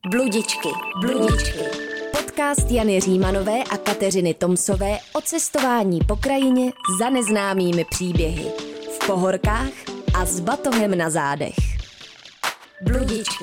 Bludičky. Podcast Jany Římanové a Kateřiny Tomsové o cestování po krajině za neznámými příběhy. V pohorkách a s batohem na zádech. Bludičky.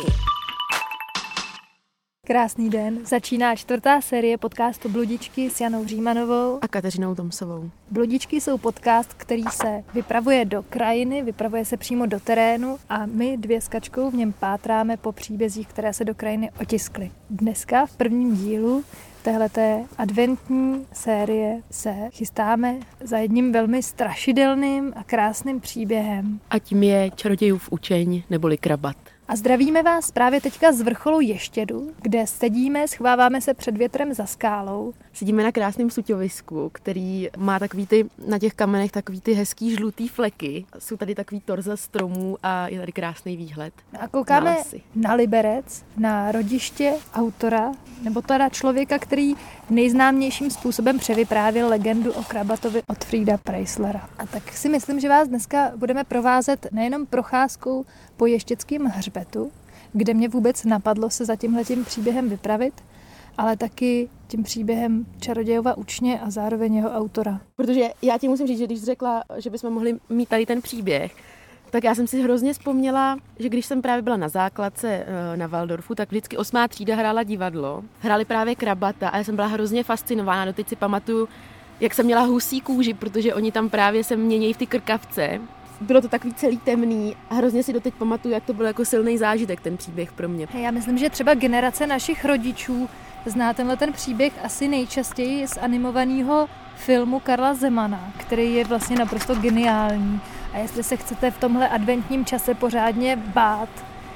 Krásný den. Začíná 4. série podcastu Bludičky s Janou Římanovou a Kateřinou Tomsovou. Bludičky jsou podcast, který se vypravuje do krajiny, vypravuje se přímo do terénu a my dvě s Kačkou v něm pátráme po příbězích, které se do krajiny otiskly. Dneska v prvním dílu téhleté adventní série se chystáme za jedním velmi strašidelným a krásným příběhem. A tím je Čarodějův učeň neboli Krabat. A zdravíme vás právě teďka z vrcholu Ještědu, kde sedíme, schováváme se před větrem za skálou. Sedíme na krásném suťovisku, který má na těch kamenech takový ty hezký žlutý fleky. Jsou tady takový torza stromů a je tady krásný výhled. A koukáme na Liberec, na rodiště autora, nebo teda člověka, který nejznámějším způsobem převyprávěl legendu o Krabatovi od Frieda Preislera. A tak si myslím, že vás dneska budeme provázet nejenom procházkou po ještědském hřbetu, kde mě vůbec napadlo se za tímhletím příběhem vypravit, ale taky tím příběhem Čarodějova učně a zároveň jeho autora. Protože já ti musím říct, že když jsi řekla, že bychom mohli mít tady ten příběh, tak já jsem si hrozně vzpomněla, že když jsem právě byla na základce na Waldorfu, tak vždycky 8. třída hrála divadlo. Hráli právě Krabata a já jsem byla hrozně fascinována. Doteď si pamatuju, jak jsem měla husí kůži, protože oni tam právě se mění v ty krkavce. Bylo to takový celý temný a hrozně si doteď pamatuju, jak to byl jako silný zážitek ten příběh pro mě. Já myslím, že třeba generace našich rodičů zná tenhle ten příběh asi nejčastěji z animovaného filmu Karla Zemana, který je vlastně naprosto geniální. A jestli se chcete v tomhle adventním čase pořádně bát,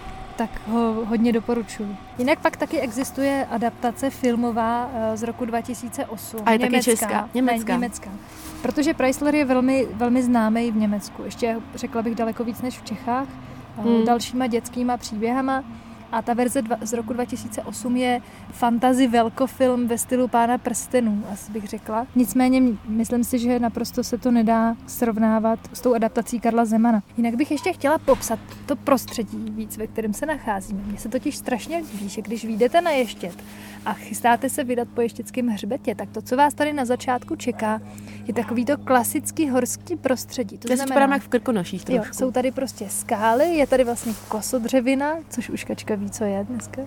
tak ho hodně doporučuji. Jinak pak taky existuje adaptace filmová z roku 2008. A je taky česká? Německá. Protože Preissler je velmi, velmi známý v Německu. Ještě řekla bych daleko víc než v Čechách. Dalšíma dětskýma příběhama. A ta verze z roku 2008 je fantasy velkofilm ve stylu Pána prstenů, asi bych řekla. Nicméně myslím si, že naprosto se to nedá srovnávat s tou adaptací Karla Zemana. Jinak bych ještě chtěla popsat to prostředí víc, ve kterém se nacházíme. Mně se totiž strašně líbí, že když vyjdete na Ještěd a chystáte se vydat po ještědském hřbetě, tak to, co vás tady na začátku čeká, je takový to klasický horský prostředí. To znamená, jak v Krkonoších trošku. Jo, jsou tady prostě skály, je tady vlastně kosodřevina, což už Kačka ví, co je dneska.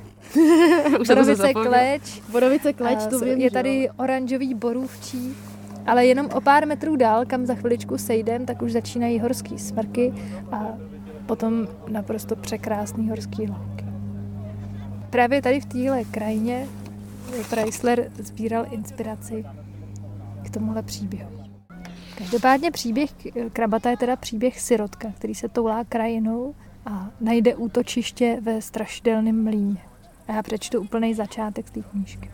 Borovice kleč, to vím, je tady oranžový borůvčí, ale jenom o pár metrů dál, kam za chviličku sejdem, tak už začínají horský smrky a potom naprosto překrásný horský louky. Právě tady v téhle krajině Preissler sbíral inspiraci k tomuhle příběhu. Každopádně příběh Krabata je teda příběh sirotka, který se toulá krajinou a najde útočiště ve strašidelném mlýně. A já přečtu úplný začátek z té knížky.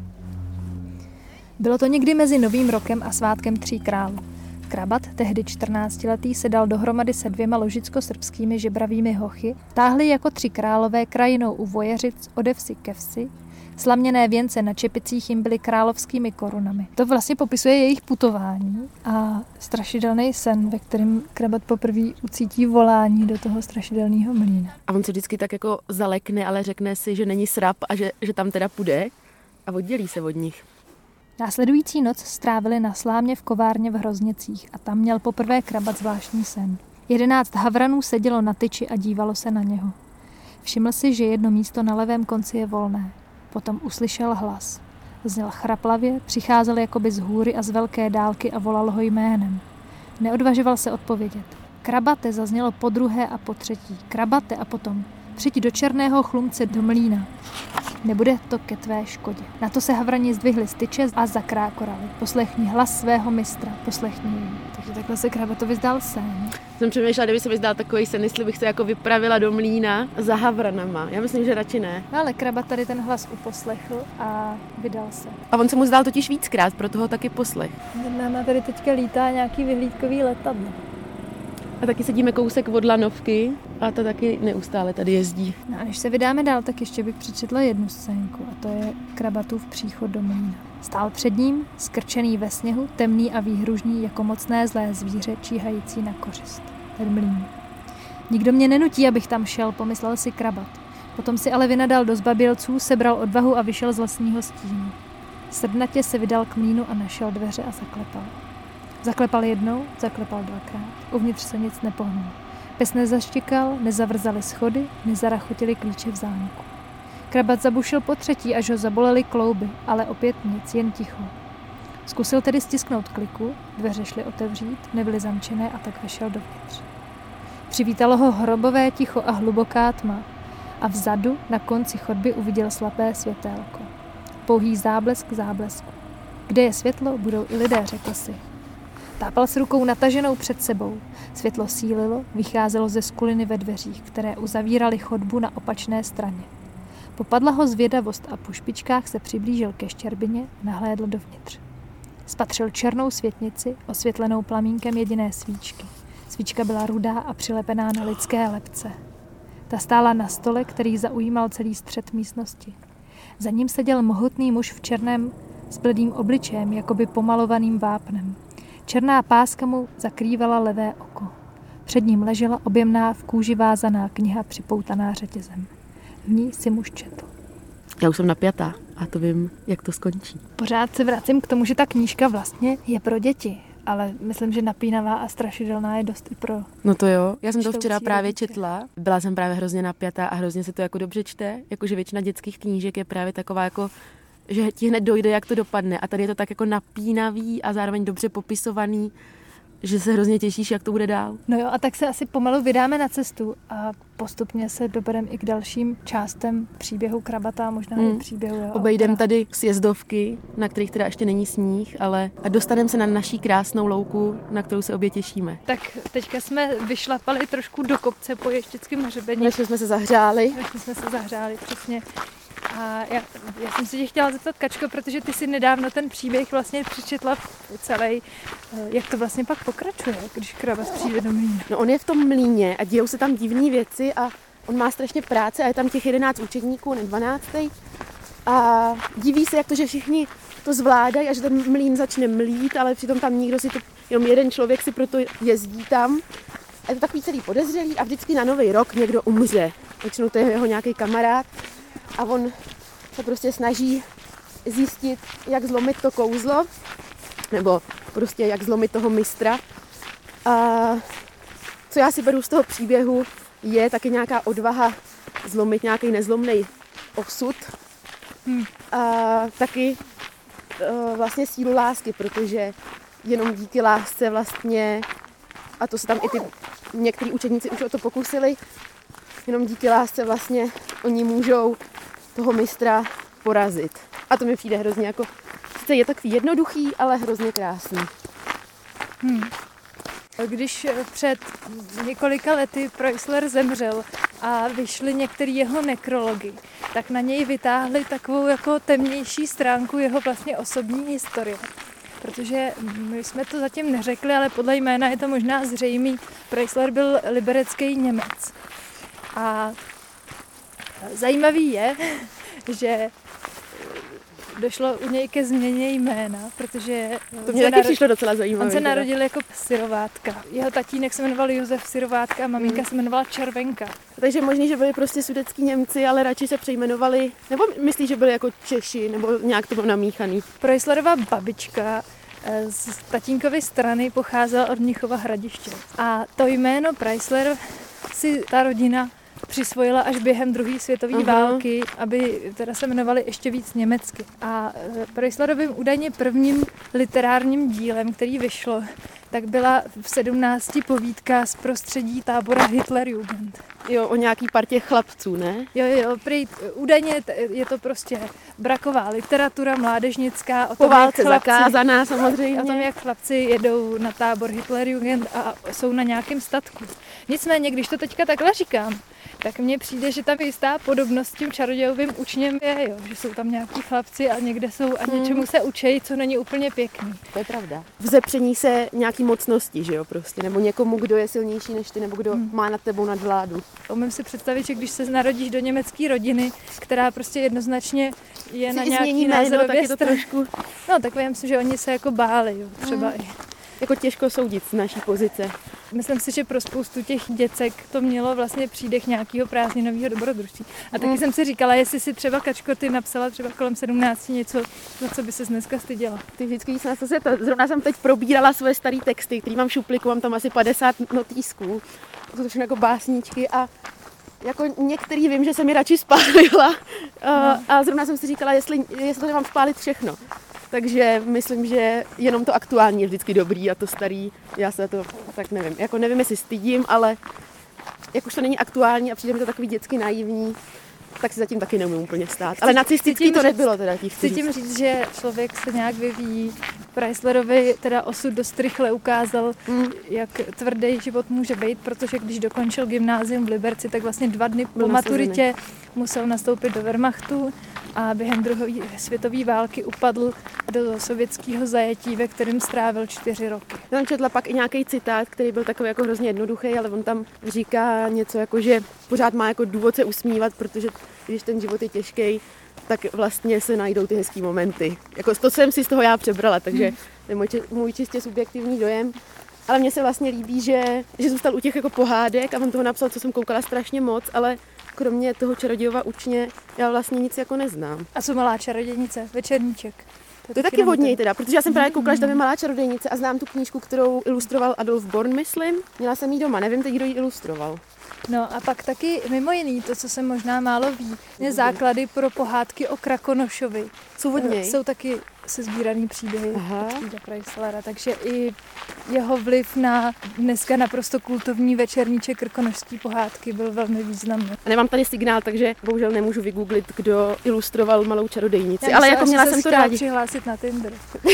Bylo to někdy mezi Novým rokem a svátkem 3 králů. Krabat, tehdy 14letý, se dal dohromady se 2 ložicko-srbskými žebravými hochy, táhli jako 3 králové krajinou u Vojeřic ode vsi ke vsi, slaměné věnce na čepicích jim byly královskými korunami. To vlastně popisuje jejich putování a strašidelný sen, ve kterém Krabat poprvé ucítí volání do toho strašidelného mlýna. A on se vždycky tak jako zalekne, ale řekne si, že není srab a že tam teda půjde a oddělí se od nich. Následující noc strávili na slámě v kovárně v Hrozněcích a tam měl poprvé Krabat zvláštní sen. 11 havranů sedělo na tyči a dívalo se na něho. Všiml si, že jedno místo na levém konci je volné. Potom uslyšel hlas. Zněl chraplavě, přicházel jakoby z hůry a z velké dálky a volal ho jménem. Neodvažoval se odpovědět. Krabate zaznělo po druhé a po třetí. Krabate a potom. Přijď do černého chlumce do mlýna. Nebude to ke tvé škodě. Na to se havrani zdvihli z tyče a zakrákorali. Poslechni hlas svého mistra, poslechni jej. Takže takhle se Krabatovi zdál sen. Jsem přemýšlela, kdyby se mi zdál takový sen, jestli bych se jako vypravila do mlýna za havranama. Já myslím, že radši ne. No, ale Krabat tady ten hlas uposlechl a vydal se. A on se mu zdál totiž víckrát, proto ho taky poslech. Náma tady teďka lítá nějaký vyhlídkový letadlo. A taky sedíme kousek od lanovky a ta taky neustále tady jezdí. No a než se vydáme dál, tak ještě bych přečetla jednu scénku a to je Krabatův příchod do mlýna. Stál před ním, skrčený ve sněhu, temný a výhružný jako mocné zlé zvíře číhající na kořist. Ten mlýn. Nikdo mě nenutí, abych tam šel, pomyslel si Krabat. Potom si ale vynadal do zbabělců, sebral odvahu a vyšel z lesního stínu. Srdnatě se vydal k mlýnu a našel dveře a zaklepal. Zaklepal jednou, zaklepal dvakrát. Uvnitř se nic nepohnul. Pes nezaštěkal, nezavrzali schody, nezarachotili klíče v zámku. Krabat zabušil po třetí, až ho zabolely klouby, ale opět nic, jen ticho. Zkusil tedy stisknout kliku, dveře šly otevřít, nebyly zamčené a tak vešel dovnitř. Přivítalo ho hrobové ticho a hluboká tma a vzadu na konci chodby uviděl slabé světélko. Pouhý záblesk záblesku. Kde je světlo, budou i lidé, řekl si. Tápal s rukou nataženou před sebou. Světlo sílilo, vycházelo ze skuliny ve dveřích, které uzavíraly chodbu na opačné straně. Popadla ho zvědavost a po špičkách se přiblížil ke štěrbině a nahlédl dovnitř. Spatřil černou světnici, osvětlenou plamínkem jediné svíčky. Svíčka byla rudá a přilepená na lidské lebce. Ta stála na stole, který zaujímal celý střed místnosti. Za ním seděl mohutný muž v černém s bledým obličejem, jakoby pomalovaným vápnem. Černá páska mu zakrývala levé oko. Před ním ležela objemná v kůži vázaná kniha připoutaná řetězem. V ní si muž četl. Já už jsem napjatá a to vím, jak to skončí. Pořád se vracím k tomu, že ta knížka vlastně je pro děti, ale myslím, že napínavá a strašidelná je dost i pro... No to jo, já jsem to včera právě četla. Byla jsem právě hrozně napjatá a hrozně se to jako dobře čte, jakože většina dětských knížek je právě taková jako, že ti hned dojde, jak to dopadne. A tady je to tak jako napínavý a zároveň dobře popisovaný, že se hrozně těšíš, jak to bude dál. No jo, a tak se asi pomalu vydáme na cestu a postupně se dobereme i k dalším částem příběhu Krabata, možná i příběhu. Obejdem tady sjezdovky, na kterých teda ještě není sníh, ale a dostaneme se na naší krásnou louku, na kterou se obě těšíme. Tak teďka jsme vyšlapali trošku do kopce po Ještědském hřebeni. Ještě jsme se zahřáli. Přesně. A já jsem si tě chtěla zeptat, Kačko, protože ty si nedávno ten příběh vlastně přečetla celý. Jak to vlastně pak pokračuje, když Krabat přijde do mlýna? No on je v tom mlýně a dějou se tam divné věci a on má strašně práce a je tam těch 11 učedníků, ne 12. A diví se, jak to, že všichni to zvládají a že ten mlýn začne mlít, ale přitom tam nikdo si to, jenom jeden člověk si proto jezdí tam. A je to takový celý podezřelý a vždycky na Nový rok někdo umře. Většinou to je jeho nějaký kamarád. A on se prostě snaží zjistit, jak zlomit to kouzlo, nebo prostě jak zlomit toho mistra. A co já si beru z toho příběhu, je taky nějaká odvaha zlomit nějaký nezlomný osud. A taky vlastně sílu lásky, protože jenom díky lásce vlastně, a to se tam i ty některý učedníci už o to pokusili, jenom díky lásce vlastně oni můžou toho mistra porazit. A to mi přijde hrozně jako, sice je takový jednoduchý, ale hrozně krásný. Když před několika lety Preussler zemřel a vyšly některé jeho nekrology, tak na něj vytáhli takovou jako temnější stránku jeho vlastně osobní historie. Protože my jsme to zatím neřekli, ale podle jména je to možná zřejmý. Preussler byl liberecký Němec. A zajímavý je, že došlo u něj ke změně jména, protože to mě taky přišlo docela zajímavé. On se narodil jako Syrovátka. Jeho tatínek se jmenoval Josef Syrovátka a maminka se jmenovala Červenka. Takže možný, že byli prostě sudetský Němci, ale radši se přejmenovali, nebo myslíš, že byli jako Češi, nebo nějak to bylo namíchaný? Preusslerova babička z tatínkovy strany pocházela od Mnichova Hradiště. A to jméno Preussler si ta rodina přisvojila až během druhé světové války, aby teda se jmenovali ještě víc německy. A Preusslerovým údajně prvním literárním dílem, který vyšlo, tak byla v 17 povídka z prostředí tábora Hitlerjugend. Jo, o nějaký partě chlapců, ne? Jo, údajně je to prostě braková literatura mládežnická. Po válce zakázaná samozřejmě. O tom, jak chlapci jedou na tábor Hitlerjugend a jsou na nějakém statku. Nicméně, když to teďka takhle říkám, tak mně přijde, že tam jistá podobnost s tím čarodějovým učněm je, jo, že jsou tam nějaký chlapci a někde jsou a něčemu se učejí, co není úplně pěkný. To je pravda. Vzepření se nějaký mocnosti, že jo, prostě, nebo někomu, kdo je silnější než ty, nebo kdo má nad tebou nadvládu. Umím si představit, že když se narodíš do německé rodiny, která prostě jednoznačně je na nějaký názorově trošku. No, tak vím si, že oni se jako báli, jo, třeba i. Jako těžko soudit z naší pozice. myslím si, že pro spoustu těch děcek to mělo vlastně přídech nějakého prázdninového dobrodružství. A taky jsem si říkala, jestli si třeba Kačko ty napsala třeba kolem 17 něco, za co by se dneska styděla. Ty vždycky víc na to se to. Zrovna jsem teď probírala svoje staré texty, které mám v šuplíku, mám tam asi 50 notýsků. To jsou všechno jako básničky a jako některý vím, že jsem mi radši spálila. A zrovna jsem si říkala, jestli to nemám spálit všechno. Takže myslím, že jenom to aktuální je vždycky dobrý a to starý, já se to tak nevím. Jako nevím, jestli stydím, ale jak už to není aktuální a přijde mi to takový dětsky naivní, tak si zatím taky neumím úplně stát. Ale nacistický to nebylo teda. Chci tím říct, že člověk se nějak vyvíjí. Chryslerovi teda osud dost rychle ukázal, jak tvrdý život může být, protože když dokončil gymnázium v Liberci, tak vlastně 2 dny po maturitě musel nastoupit do Wehrmachtu a během druhé světové války upadl do sovětského zajetí, ve kterém strávil 4 roky. Já jsem četla pak i nějaký citát, který byl takový jako hrozně jednoduchý, ale on tam říká něco jako, že pořád má jako důvod se usmívat, protože když ten život je těžký, tak vlastně se najdou ty hezký momenty. Jako to jsem si z toho já přebrala, takže to je můj čistě subjektivní dojem. Ale mně se vlastně líbí, že zůstal u těch jako pohádek a on toho napsal, co jsem koukala strašně moc, ale kromě toho Čarodějova učně já vlastně nic jako neznám. A co Malá čarodějnice? Večerníček. To je taky od něj teda, protože já jsem právě koukala, že tam je Malá čarodějnice a znám tu knížku, kterou ilustroval Adolf Born, myslím. Měla jsem ji doma, nevím teď, kdo ji ilustroval. No a pak taky mimo jiný, to, co se možná málo ví, je základy pro pohádky o Krakonošovi. Jsou taky sesbíraný příběhy od Chryslera, takže i jeho vliv na dneska naprosto kultovní večerníček krkonošský pohádky byl velmi významný. A nemám tady signál, takže bohužel nemůžu vygooglit, kdo ilustroval Malou čarodějnici, ale jako měla jsem to rádi. Přihlásit na Tinder.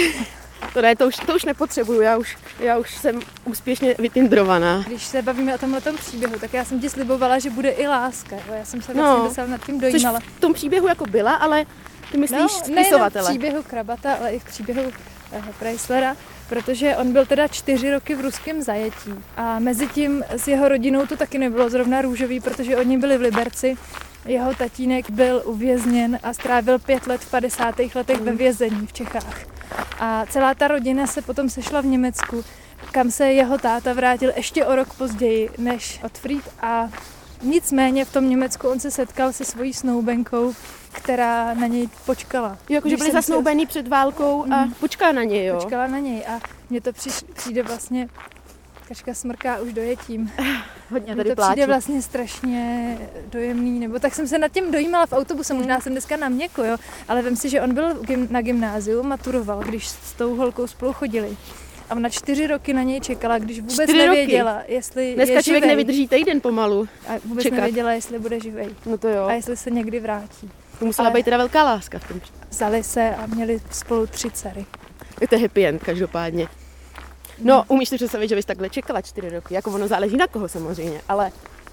To už nepotřebuju, já už jsem úspěšně vytindrovaná. Když se bavíme o tomhletom příběhu, tak já jsem ti slibovala, že bude i láska. Já jsem se vlastně docela nad tím dojímala. Což v tom příběhu jako byla, ale ty myslíš spisovatele? Ne v příběhu Krabata, ale i v příběhu Chryslera, protože on byl teda 4 roky v ruském zajetí. A mezi tím s jeho rodinou to taky nebylo zrovna růžový, protože oni byli v Liberci. Jeho tatínek byl uvězněn a strávil 5 let v 50. letech ve vězení v Čechách. A celá ta rodina se potom sešla v Německu, kam se jeho táta vrátil ještě o rok později než Ottfried a nicméně v tom Německu on se setkal se svojí snoubenkou, která na něj počkala. Jakože byli zasnoubený před válkou a počkala na něj, jo? Počkala na něj a mně to přijde vlastně, Kačka smrká už dojetím. Hodně tady pláču. Přijde vlastně strašně dojemný, nebo tak jsem se nad tím dojímala v autobuse, možná jsem dneska na měko, jo, ale vem si, že on byl na gymnáziu, maturoval, když s tou holkou spolu chodili. A ona 4 roky na něj čekala, když vůbec nevěděla, jestli dneska je člověk nevydrží týden pomalu. A vůbec nevěděla, jestli bude živej. No to jo. A jestli se někdy vrátí. To musela být teda velká láska v tom. Vzali se a měli spolu 3 dcery. Je to happy end každopádně. No, umíš si představit, že bys takhle čekala 4 roky, jako ono záleží na koho samozřejmě, ale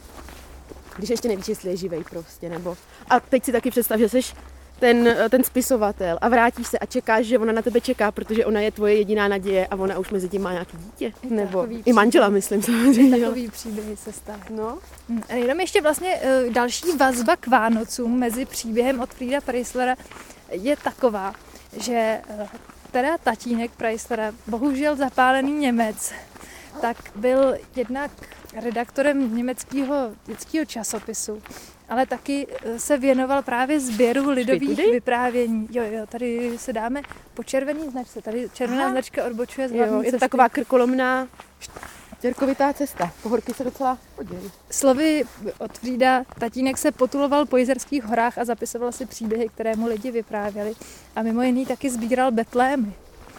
když ještě nevíš, jestli je živej prostě, nebo... A teď si taky představ, že jsi ten spisovatel a vrátíš se a čekáš, že ona na tebe čeká, protože ona je tvoje jediná naděje a ona už mezi tím má nějaký dítě, nebo i manžela, myslím samozřejmě. Takový příběhy se staly. No. Jenom ještě vlastně další vazba k Vánocům mezi příběhem od Frieda Chryslera je taková, že teda tatínek Chryslera, bohužel zapálený Němec, tak byl jednak redaktorem německého dětského časopisu, ale taky se věnoval právě sběru lidových vyprávění. Jo, tady se dáme po červený značce, tady červená značka odbočuje z hlavní cesty. Je to taková krkolomná štěrkovitá cesta. Pohorky se docela podělí. Slovy od Frieda, tatínek se potuloval po Jizerských horách a zapisoval si příběhy, které mu lidi vyprávěli. A mimo jiný taky sbíral betlémy.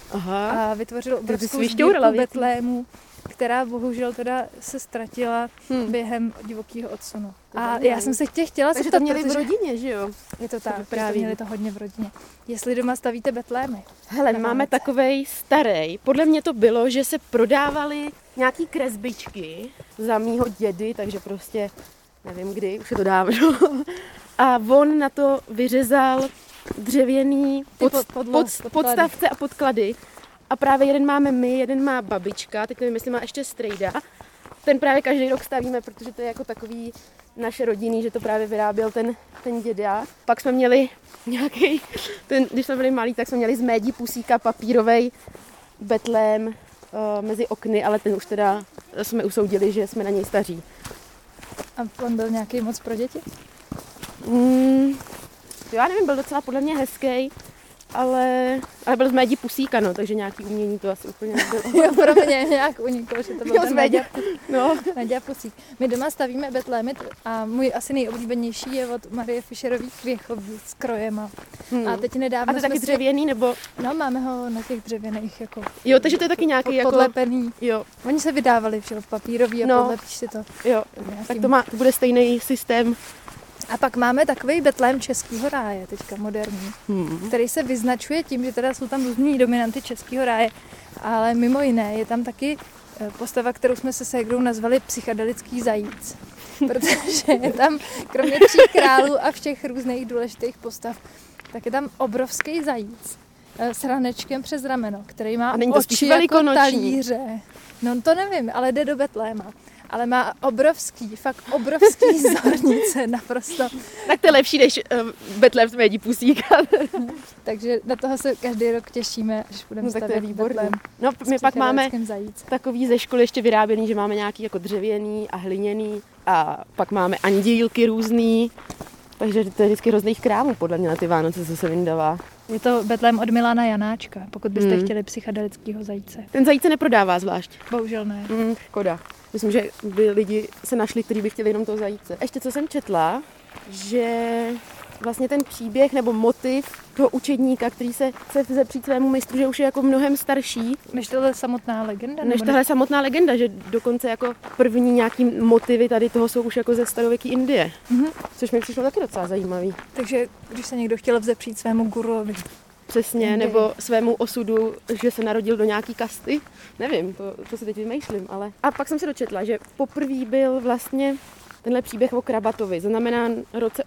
A vytvořil obrovskou sbírku betlémů, která bohužel teda se ztratila během divokého odsunu. A já jsem se chtěla zeptat, to měli v rodině, že jo? Je to tak, měli to hodně v rodině. Jestli doma stavíte betlémy. Hele, máme takovej starý. Podle mě to bylo, že se prodávaly nějaký kresbičky za mýho dědy, takže prostě nevím kdy, už je to dávno. A on na to vyřezal dřevěný podstavce a podklady. A právě jeden máme my, jeden má babička, teď nevím, jestli má ještě strejda. Ten právě každý rok stavíme, protože to je jako takový naše rodinný, že to právě vyráběl ten děda. Pak jsme měli nějaký, když jsme byli malí, tak jsme měli z médí pusíka papírovej betlém mezi okny, ale ten už teda jsme usoudili, že jsme na něj staří. A on byl nějaký moc pro děti? Já nevím, byl docela podle mě hezký, ale byl z médí Pusíka, no, takže nějaký umění to asi úplně nebylo. Jo, pro mě nějak uniklo, že to byl ten Naďa Pusík. My doma stavíme betlémy a můj asi nejoblíbenější je od Marie Fischerových kvěchový s krojema. A teď nedávno a to je taky dřevěný, nebo? No, máme ho na těch dřevěných jako... Jo, takže to je taky nějaký jako... podlepený. Jo. Oni se vydávali v papírový a podlepíš si to. Jo, tak to bude stejný systém. A pak máme takový betlém Českého ráje, teďka moderní, který se vyznačuje tím, že teda jsou tam různý dominanty Českého ráje, ale mimo jiné je tam taky postava, kterou jsme se ségrou nazvali psychedelický zajíc. Protože je tam, kromě 3 králů a všech různých důležitých postav, tak je tam obrovský zajíc s ranečkem přes rameno, který má oči jako talíře. No to nevím, ale jde do betléma. Ale má fakt obrovský zornice, naprosto. Tak to je lepší než betlém z médí Pusíka. Takže na toho se každý rok těšíme, až budeme stavět betlém. No, my pak máme takový ze školy ještě vyráběný, že máme nějaký jako dřevěný a hliněný a pak máme andílky různý. Takže to je vždycky hrozných krámů podle mě na ty Vánoce, co se vyndává. Je to betlém od Milana Janáčka, pokud byste chtěli psychedelického zajíce. Ten zajíce neprodává zvlášť. Bohužel ne. Škoda. Myslím, že by lidi se našli, kteří by chtěli jenom toho zajíce. Ještě co jsem četla, že vlastně ten příběh nebo motiv toho učedníka, který se chce vzepřít svému mistru, že už je jako mnohem starší. Než tahle samotná legenda? Než tahle samotná legenda, že dokonce jako první nějaký motivy tady toho jsou už jako ze starověké Indie. Což mi přišlo taky docela zajímavý. Takže když se někdo chtěl vzepřít svému guruovi. Přesně, nebo svému osudu, že se narodil do nějaký kasty. Nevím, to si teď vymýšlím, ale... A pak jsem se dočetla, že poprvé byl vlastně tenhle příběh o Krabatovi, znamená roce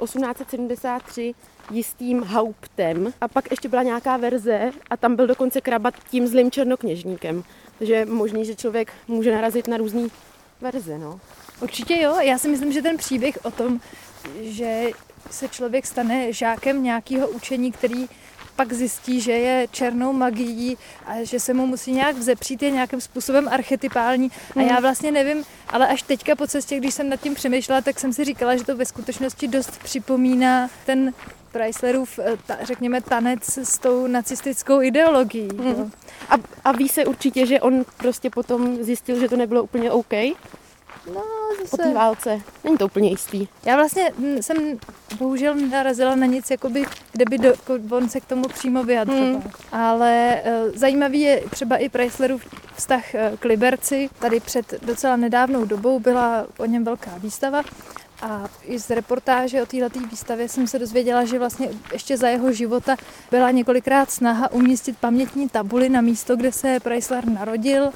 1873 jistým Hauptem. A pak ještě byla nějaká verze a tam byl dokonce Krabat tím zlým černokněžníkem. Takže je možný, že člověk může narazit na různý verze, no. Určitě jo, já si myslím, že ten příběh o tom, že se člověk stane žákem nějakého učení, který pak zjistí, že je černou magií a že se mu musí nějak vzepřít, je nějakým způsobem archetypální. A já vlastně nevím, ale až teďka po cestě, když jsem nad tím přemýšlela, tak jsem si říkala, že to ve skutečnosti dost připomíná ten Preisslerův, řekněme, tanec s tou nacistickou ideologií. A ví se určitě, že on prostě potom zjistil, že to nebylo úplně OK? No, zase... Po té válce. Není to úplně jistý. Já vlastně jsem bohužel narazila na nic, jakoby, kde by on se k tomu přímo vyjadřoval. Ale zajímavý je třeba i Preisslerův vztah k Liberci. Tady před docela nedávnou dobou byla o něm velká výstava. A i z reportáže o této výstavě jsem se dozvěděla, že vlastně ještě za jeho života byla několikrát snaha umístit pamětní tabuli na místo, kde se Preissler narodil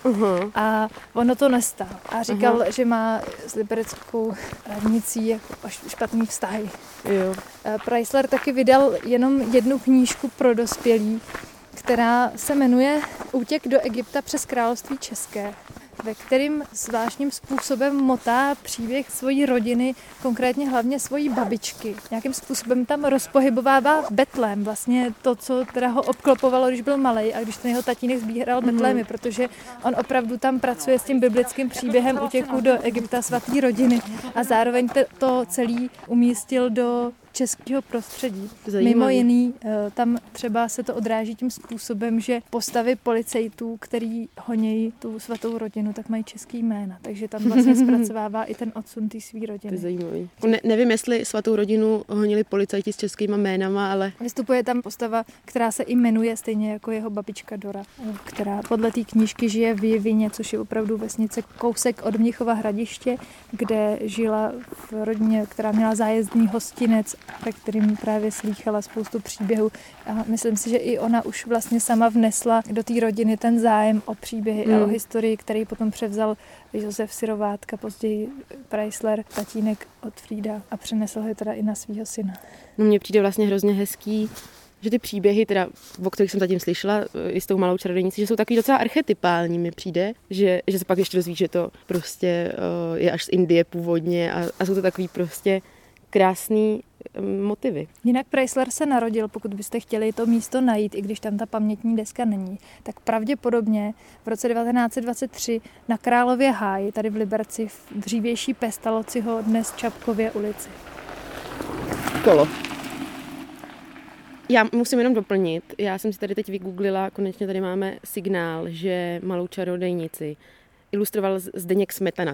a ono to nestálo. A říkal, že má s libereckou radnicí jako špatný vztahy. Jo. Preissler taky vydal jenom jednu knížku pro dospělí, která se jmenuje Útěk do Egypta přes království české, ve kterým zvláštním způsobem motá příběh svojí rodiny, konkrétně hlavně svojí babičky. Nějakým způsobem tam rozpohybovává betlém, vlastně to, co teda ho obklopovalo, když byl malej a když ten jeho tatínek sbíral betlémy, protože on opravdu tam pracuje s tím biblickým příběhem útěku do Egypta svatý rodiny a zároveň to celý umístil do českého prostředí. Mimo jiný, tam třeba se to odráží tím způsobem, že postavy policejtů, který honějí tu svatou rodinu, tak mají český jména. Takže tam vlastně zpracovává i ten odsun té svý rodiny. To je zajímavý. Nevím, jestli svatou rodinu honili policajti s českýma jménama, ale... Vystupuje tam postava, která se i jmenuje stejně jako jeho babička Dora, která podle té knížky žije v Jivině, což je opravdu vesnice kousek od Mnichova Hradiště, kde žila v rodině, která měla zájezdní hostinec, ve kterým právě slýchala spoustu příběhů. A myslím si, že i ona už vlastně sama vnesla do té rodiny ten zájem o příběhy a o historii, který potom převzal Josef Syrovátka, později Preissler, tatínek od Frýda a přenesl ho teda i na svého syna. No mně přijde vlastně hrozně hezký, že ty příběhy, teda, o kterých jsem zatím slyšela, i s tou malou čarodějnicí, že jsou takový docela archetypální, mi přijde, že se pak ještě dozví, že to prostě je až z Indie původně a jsou to takový prostě krásný motivy. Jinak Preissler se narodil, pokud byste chtěli to místo najít, i když tam ta pamětní deska není, tak pravděpodobně v roce 1923 na Králově háji, tady v Liberci, v dřívější Pestalozziho, dnes Čapkově ulici. Kolo. Já musím jenom doplnit, já jsem si tady teď vygooglila, konečně tady máme signál, že Malou čarodějnici ilustroval Zdeněk Smetana.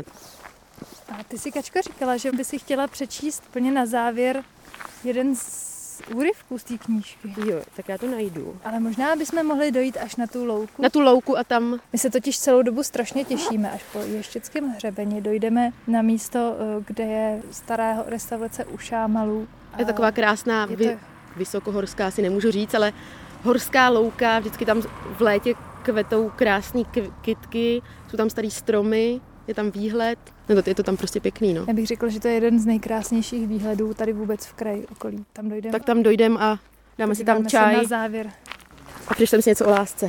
A ty si, Kačka, říkala, že by si chtěla přečíst plně na závěr jeden z úryvků z té knížky. Jo, tak já to najdu. Ale možná bychom mohli dojít až na tu louku. Na tu louku a tam... My se totiž celou dobu strašně těšíme, až po Ještědském hřebeni dojdeme na místo, kde je stará restaurace u Šámalů. Je taková krásná, vysokohorská, si nemůžu říct, ale horská louka, vždycky tam v létě kvetou krásný kytky, jsou tam starý stromy, je tam výhled, no je to tam prostě pěkný, no. Já bych řekla, že to je jeden z nejkrásnějších výhledů tady vůbec v kraji okolí. Tam dojdeme. Tak tam dojdeme a dáme si tam čaj. Na závěr. A přečteme si něco o lásce.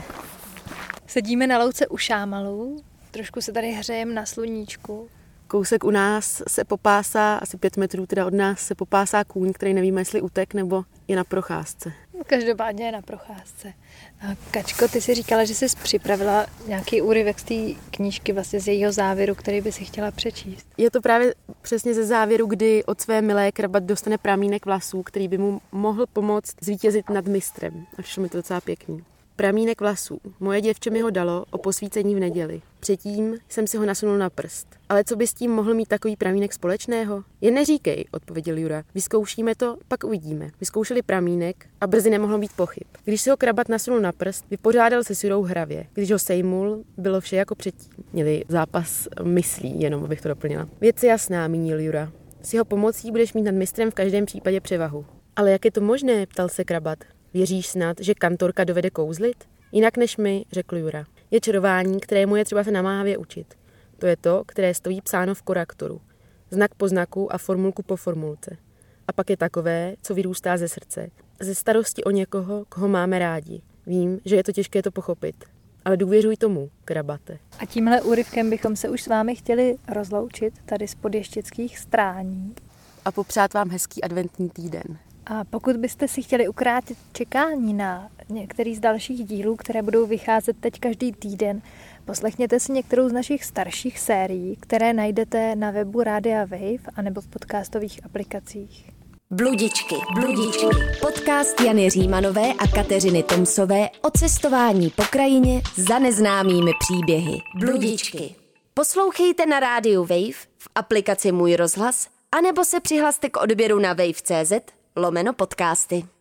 Sedíme na louce u Šámalů, trošku se tady hřejeme na sluníčku. Kousek u nás se popásá, asi 5 metrů teda od nás se popásá kůň, který nevíme, jestli utek nebo je na procházce. Každopádně je na procházce. A Kačko, ty si říkala, že jsi připravila nějaký úryvek z té knížky, vlastně z jejího závěru, který by si chtěla přečíst. Je to právě přesně ze závěru, kdy od své milé Krabat dostane pramínek vlasů, který by mu mohl pomoct zvítězit nad mistrem. A přišlo mi to docela pěkný. Pramínek vlasů. Moje děvče mi ho dalo o posvícení v neděli. Předtím jsem si ho nasunul na prst. Ale co by s tím mohl mít takový pramínek společného? Jen neříkej, odpověděl Jura. Vyzkoušíme to, pak uvidíme. Vyzkoušeli pramínek a brzy nemohlo být pochyb. Když si ho Krabat nasunul na prst, vypořádal se s Jurou hravě. Když ho sejmul, bylo vše jako předtím. Měli zápas myslí, jenom abych to doplnila. Věc je jasná, mínil Jura. S jeho pomocí budeš mít nad mistrem v každém případě převahu. Ale jak je to možné, ptal se Krabat. Věříš snad, že kantorka dovede kouzlit? Jinak než my, řekl Jura. Je čarování, kterému je třeba se namáhavě učit. To je to, které stojí psáno v koraktoru. Znak po znaku a formulku po formulce. A pak je takové, co vyrůstá ze srdce. Ze starosti o někoho, koho máme rádi. Vím, že je to těžké to pochopit. Ale důvěřuj tomu, Krabate. A tímhle úryvkem bychom se už s vámi chtěli rozloučit tady z Podještědských Strání. A popřát vám hezký adventní týden. A pokud byste si chtěli ukrátit čekání na některý z dalších dílů, které budou vycházet teď každý týden, poslechněte si některou z našich starších sérií, které najdete na webu Rádia Wave anebo v podcastových aplikacích. Bludičky. Podcast Jany Římanové a Kateřiny Tomsové o cestování po krajině za neznámými příběhy. Bludičky. Poslouchejte na rádiu Wave, v aplikaci Můj rozhlas, anebo se přihlaste k odběru na wave.cz/podcasty.